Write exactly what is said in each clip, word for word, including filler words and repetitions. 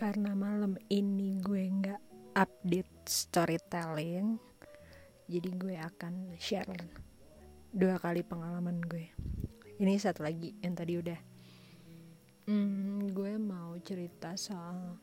Karena malam ini gue gak update storytelling, jadi gue akan share dua kali pengalaman gue. Ini satu lagi yang tadi udah. hmm, Gue mau cerita soal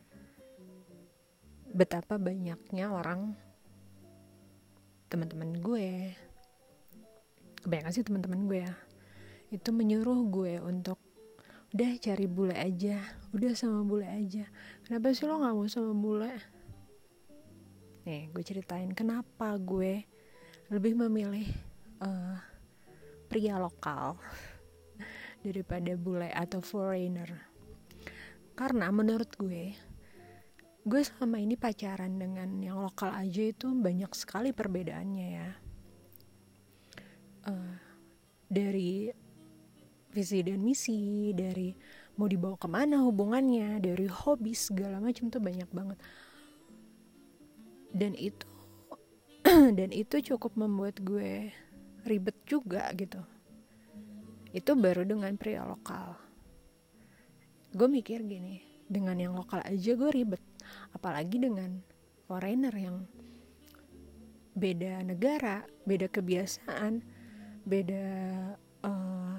betapa banyaknya orang, teman-teman gue, kebanyakan sih teman-teman gue ya, itu menyuruh gue untuk udah cari bule aja, udah sama bule aja. Kenapa sih lo gak mau sama bule? Nih gue ceritain kenapa gue lebih memilih uh, pria lokal daripada bule atau foreigner. Karena menurut gue, gue selama ini pacaran dengan yang lokal aja itu banyak sekali perbedaannya ya. uh, Dari visi dan misi, dari mau dibawa kemana hubungannya, dari hobi segala macam tuh banyak banget. Dan itu dan itu cukup membuat gue ribet juga gitu. Itu baru dengan pria lokal. Gue mikir gini, dengan yang lokal aja gue ribet, apalagi dengan foreigner yang beda negara, beda kebiasaan, beda uh,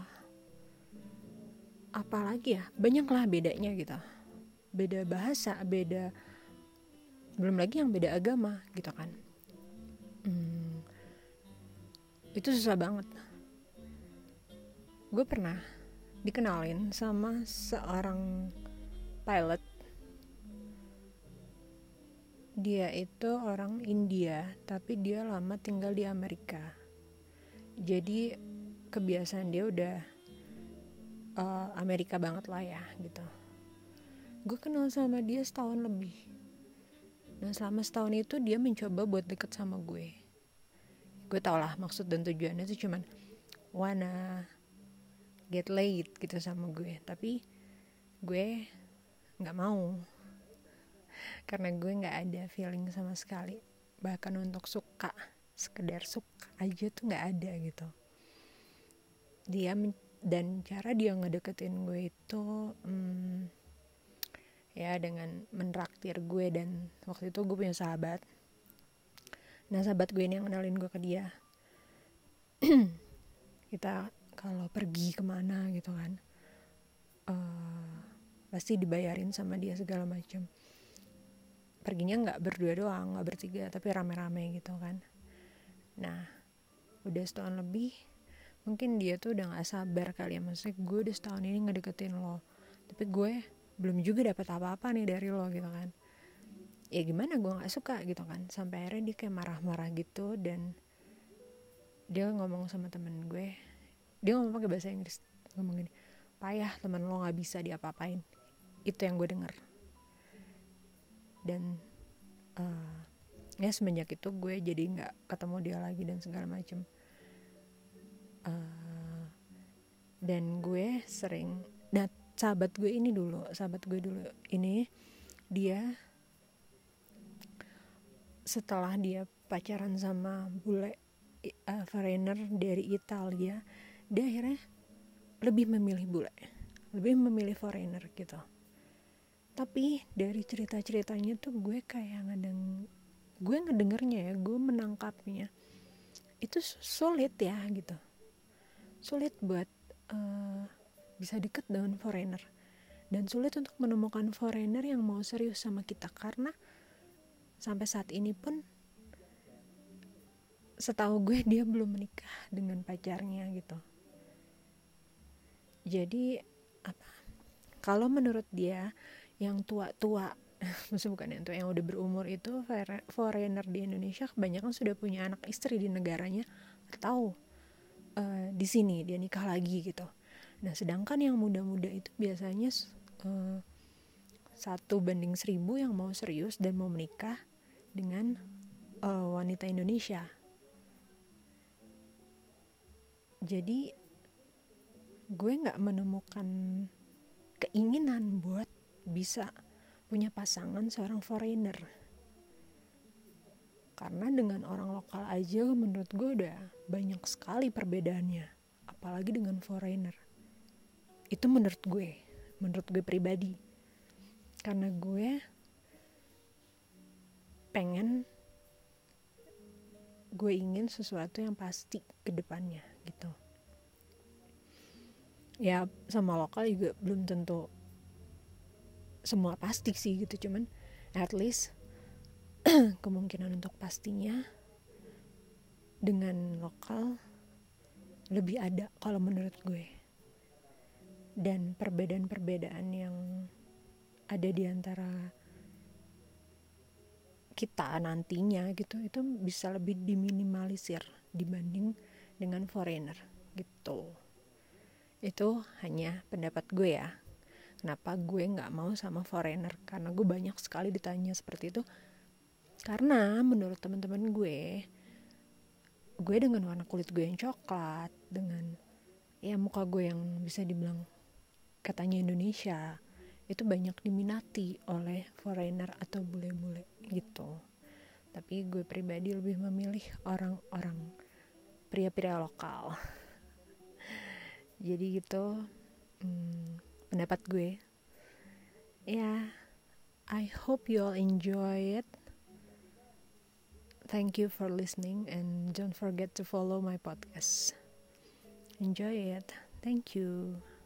apalagi ya, banyak lah bedanya gitu, beda bahasa, beda, belum lagi yang beda agama gitu kan. hmm, itu susah banget. Gue pernah dikenalin sama seorang pilot. Dia itu orang India, tapi dia lama tinggal di Amerika, jadi kebiasaan dia udah Uh, Amerika banget lah ya gitu. Gue kenal sama dia setahun lebih. Nah selama setahun itu dia mencoba buat deket sama gue. Gue tau lah maksud dan tujuannya itu cuman wanna get laid gitu sama gue. Tapi gue gak mau, karena gue gak ada feeling sama sekali. Bahkan untuk suka, sekedar suka aja tuh gak ada gitu. Dia men- dan cara dia ngedeketin gue itu hmm, ya dengan menraktir gue. Dan waktu itu gue punya sahabat. Nah sahabat gue ini yang kenalin gue ke dia. Kita kalau pergi kemana gitu kan, uh, pasti dibayarin sama dia segala macam. Perginya nggak berdua doang, nggak bertiga, tapi rame-rame gitu kan. Nah udah setahun lebih, mungkin dia tuh udah gak sabar kali ya. Maksudnya gue udah setahun ini ngedeketin lo, tapi gue belum juga dapat apa-apa nih dari lo gitu kan. Ya gimana, gue gak suka gitu kan. Sampai akhirnya dia kayak marah-marah gitu. Dan dia ngomong sama temen gue, dia ngomong pakai bahasa Inggris, ngomong gini, payah temen lo gak bisa diapa-apain. Itu yang gue denger. Dan uh, ya semenjak itu gue jadi gak ketemu dia lagi dan segala macem. Uh, dan gue sering, nah sahabat gue ini dulu, sahabat gue dulu ini, dia setelah dia pacaran sama bule uh, foreigner dari Italia, dia akhirnya lebih memilih bule, lebih memilih foreigner gitu. Tapi dari cerita-ceritanya tuh gue kayak ngedeng, gue ngedengernya ya, gue menangkapnya itu sulit ya gitu, sulit buat uh, bisa deket dengan foreigner, dan sulit untuk menemukan foreigner yang mau serius sama kita. Karena sampai saat ini pun setahu gue dia belum menikah dengan pacarnya gitu. Jadi apa, kalau menurut dia yang tua-tua maksudnya bukan yang tua, yang udah berumur itu foreigner di Indonesia kebanyakan sudah punya anak istri di negaranya, atau uh, di sini dia nikah lagi gitu. Nah sedangkan yang muda-muda itu biasanya uh, satu banding seribu yang mau serius dan mau menikah dengan uh, wanita Indonesia. Jadi gue gak menemukan keinginan buat bisa punya pasangan seorang foreigner. Karena dengan orang lokal aja menurut gue udah banyak sekali perbedaannya, apalagi dengan foreigner. Itu menurut gue, menurut gue pribadi. karena gue pengen, gue ingin sesuatu yang pasti ke depannya gitu. Ya sama lokal juga belum tentu semua pasti sih gitu, cuman at least kemungkinan untuk pastinya dengan lokal lebih ada kalau menurut gue. Dan perbedaan-perbedaan yang ada di antara kita nantinya gitu, itu bisa lebih diminimalisir dibanding dengan foreigner gitu. Itu hanya pendapat gue ya. Kenapa gue gak mau sama foreigner, karena gue banyak sekali ditanya seperti itu. Karena menurut teman-teman gue, gue dengan warna kulit gue yang coklat, dengan ya muka gue yang bisa dibilang katanya Indonesia, itu banyak diminati oleh foreigner atau bule-bule gitu. Tapi gue pribadi lebih memilih orang-orang pria-pria lokal. Jadi gitu hmm, pendapat gue. Ya, yeah, I hope you all enjoy it. Thank you for listening and don't forget to follow my podcast. Enjoy it. Thank you.